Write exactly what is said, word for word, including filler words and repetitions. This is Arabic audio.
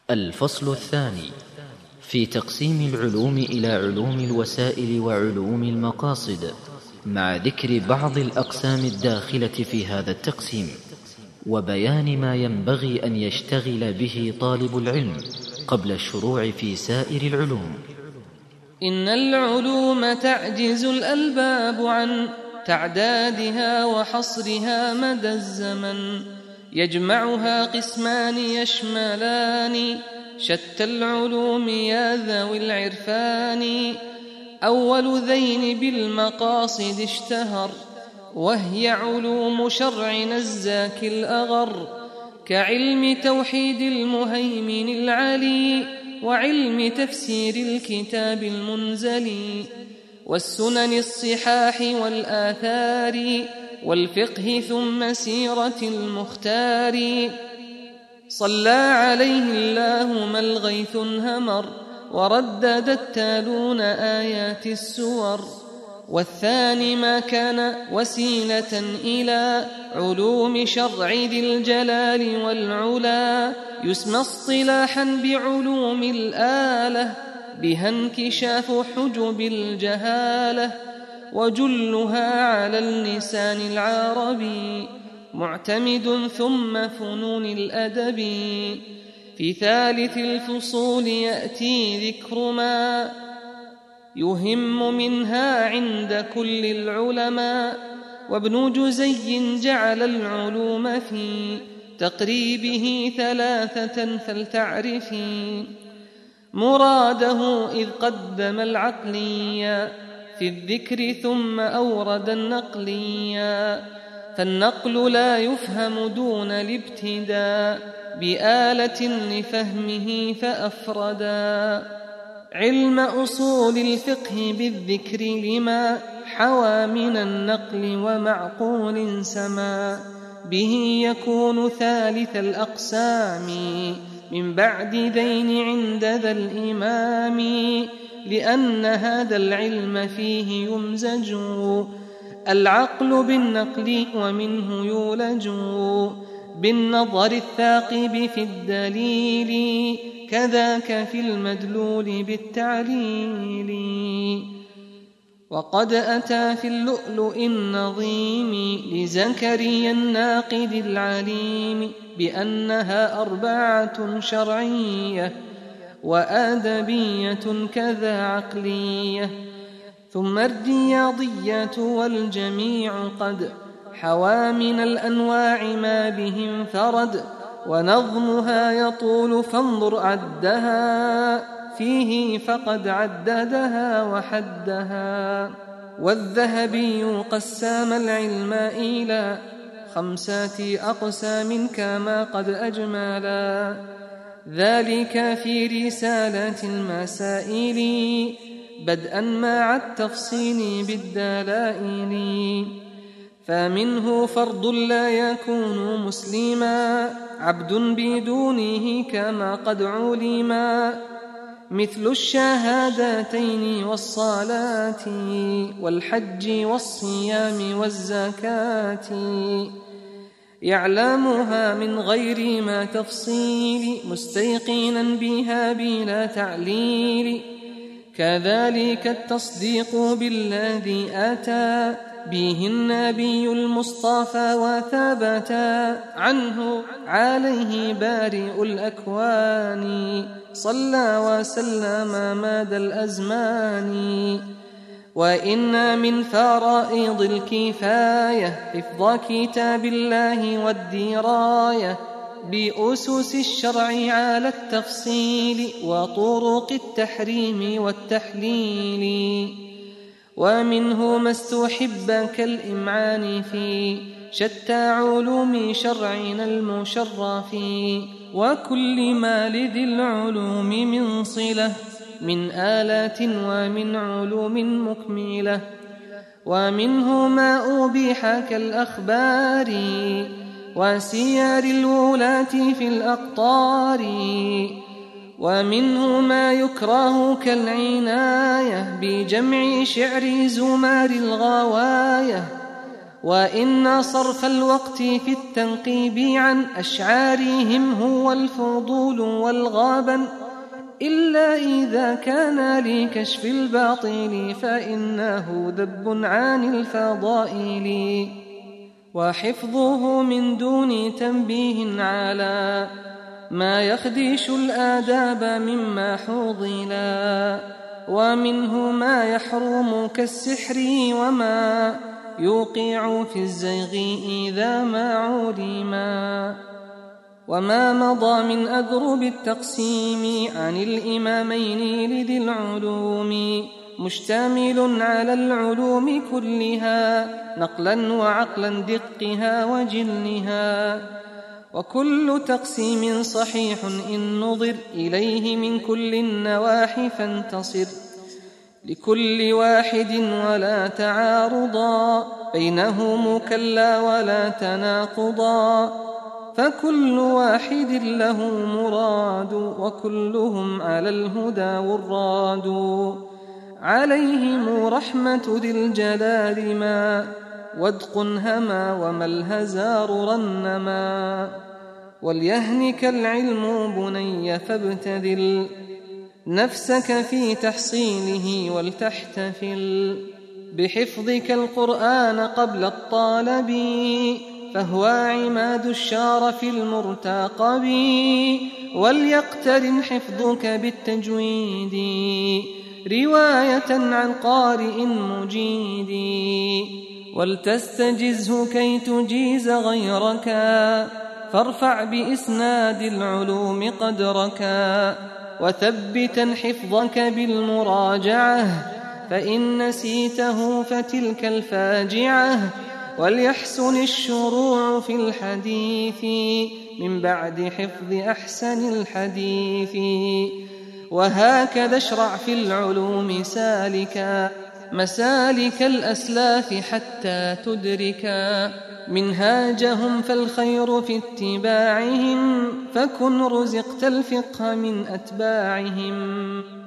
الفصل الثاني في تقسيم العلوم إلى علوم الوسائل وعلوم المقاصد، مع ذكر بعض الأقسام الداخلة في هذا التقسيم، وبيان ما ينبغي أن يشتغل به طالب العلم قبل الشروع في سائر العلوم. إن العلوم تعجز الألباب عن تعدادها وحصرها مدى الزمن، يجمعها قسمان يشملان شتى العلوم يا ذوي العرفان. أول ذين بالمقاصد اشتهر، وهي علوم شرعنا الزاكي الأغر، كعلم توحيد المهيمن العلي، وعلم تفسير الكتاب المنزل، والسنن الصحاح والآثار، والفقه ثم سيرة المختار. صلى عليه الله ما الغيث انهمر، وردد التالون آيات السور. والثاني ما كان وسيلة إلى علوم شرع ذي الجلال والعلا، يسمى اصطلاحا بعلوم الآلة، بها انكشاف حجب الجهالة، وجلها على اللسان العربي معتمد، ثم فنون الأدب. في ثالث الفصول يأتي ذكر ما يهم منها عند كل العلماء، وابن جزي جعل العلوم في تقريبه ثلاثة فلتعرفي مراده، إذ قدم العقلية في الذكر ثم أورد النقلية. فالنقل لا يفهم دون الابتداء، بآلة لفهمه فأفردا. علم أصول الفقه بالذكر لما حوى من النقل ومعقول سما، به يكون ثالث الأقسام من بعد ذين عند ذا الإمام، لأن هذا العلم فيه يمزج العقل بالنقل، ومنه يولج بالنظر الثاقب في الدليل، كذاك في المدلول بالتعليل. وقد أتى في اللؤلؤ النظيم لزكريا الناقد العليم، بأنها أربعة شرعية وآدبية كذا عقلية، ثم الرياضية، والجميع قد حوى من الأنواع ما به انفرد، ونظمها يطول فانظر عدها، فيه فقد عددها وحدها. والذهبي قسم العلم إلى خمسة أقسام كما قد أجملا، ذلك في رسالة المسائل بدءا مع التفصيل بالدلائل. فمنه فرض لا يكون مسلما عبد بدونه كما قد علما، مثل الشهادتين والصلاة والحج والصيام والزكاة، يعلمها من غير ما تفصيل مستيقنا بها بلا تعليل. كذلك التصديق بالذي أتى به النبي المصطفى وثبت عنه عليه بارئ الأكوان، صلى وسلم مدى الأزمان. وإن من فرائض الكفاية حفظ كتاب الله والدراية بأسس الشرع على التفصيل، وطرق التحريم والتحليل. ومنه ما استحب كالإمعان في شتى علوم شرعنا المشرف، وكل ما لذي العلوم من صلة من آلات ومن علوم مكملة. ومنه ما أبيح كالأخبار وسير الولاة في الأقطار، ومنه ما يكره كالعناية بجمع شعر زمار الغواية، وإن صرف الوقت في التنقيب عن أشعارهم هو الفضول والغابن، إلا إذا كان لكشف الباطل فإنه ذب عن الفضائل. وحفظه من دون تنبيه على ما يخدش الآداب مما حوضلا، ومنه ما يحرم كالسحر وما يوقع في الزيغ إذا ما علما. وما مضى من أذرب التقسيم عن الإمامين لذي العلوم مشتمل على العلوم كلها نقلا وعقلا دقها وجلها. وكل تقسيم صحيح إن نظر إليه من كل النواحي فانتصر، لكل واحد ولا تعارضا بينهم كلا ولا تناقضا، فكل واحد له مراد وكلهم على الهدى والراد. عليهم رحمة ذي الجلال ما ودق هما وما الهزار رنما. وليهنك العلم بني فابتذل نفسك في تحصيله ولتحتفل بحفظك القرآن قبل الطالب، فهو عماد الشارف المرتقب. وليقترن حفظك بالتجويد رواية عن قارئ مجيد، ولتستجزه كي تجيز غيرك فارفع بإسناد العلوم قدرك. وثبتا حفظك بالمراجعة فإن نسيته فتلك الفاجعة. وليحسن الشروع في الحديث من بعد حفظ أحسن الحديث. وهكذا اشرع في العلوم سالكا مسالك الأسلاف حتى تدركا منهاجهم، فالخير في اتباعهم فكن رزقت الفقه من أتباعهم.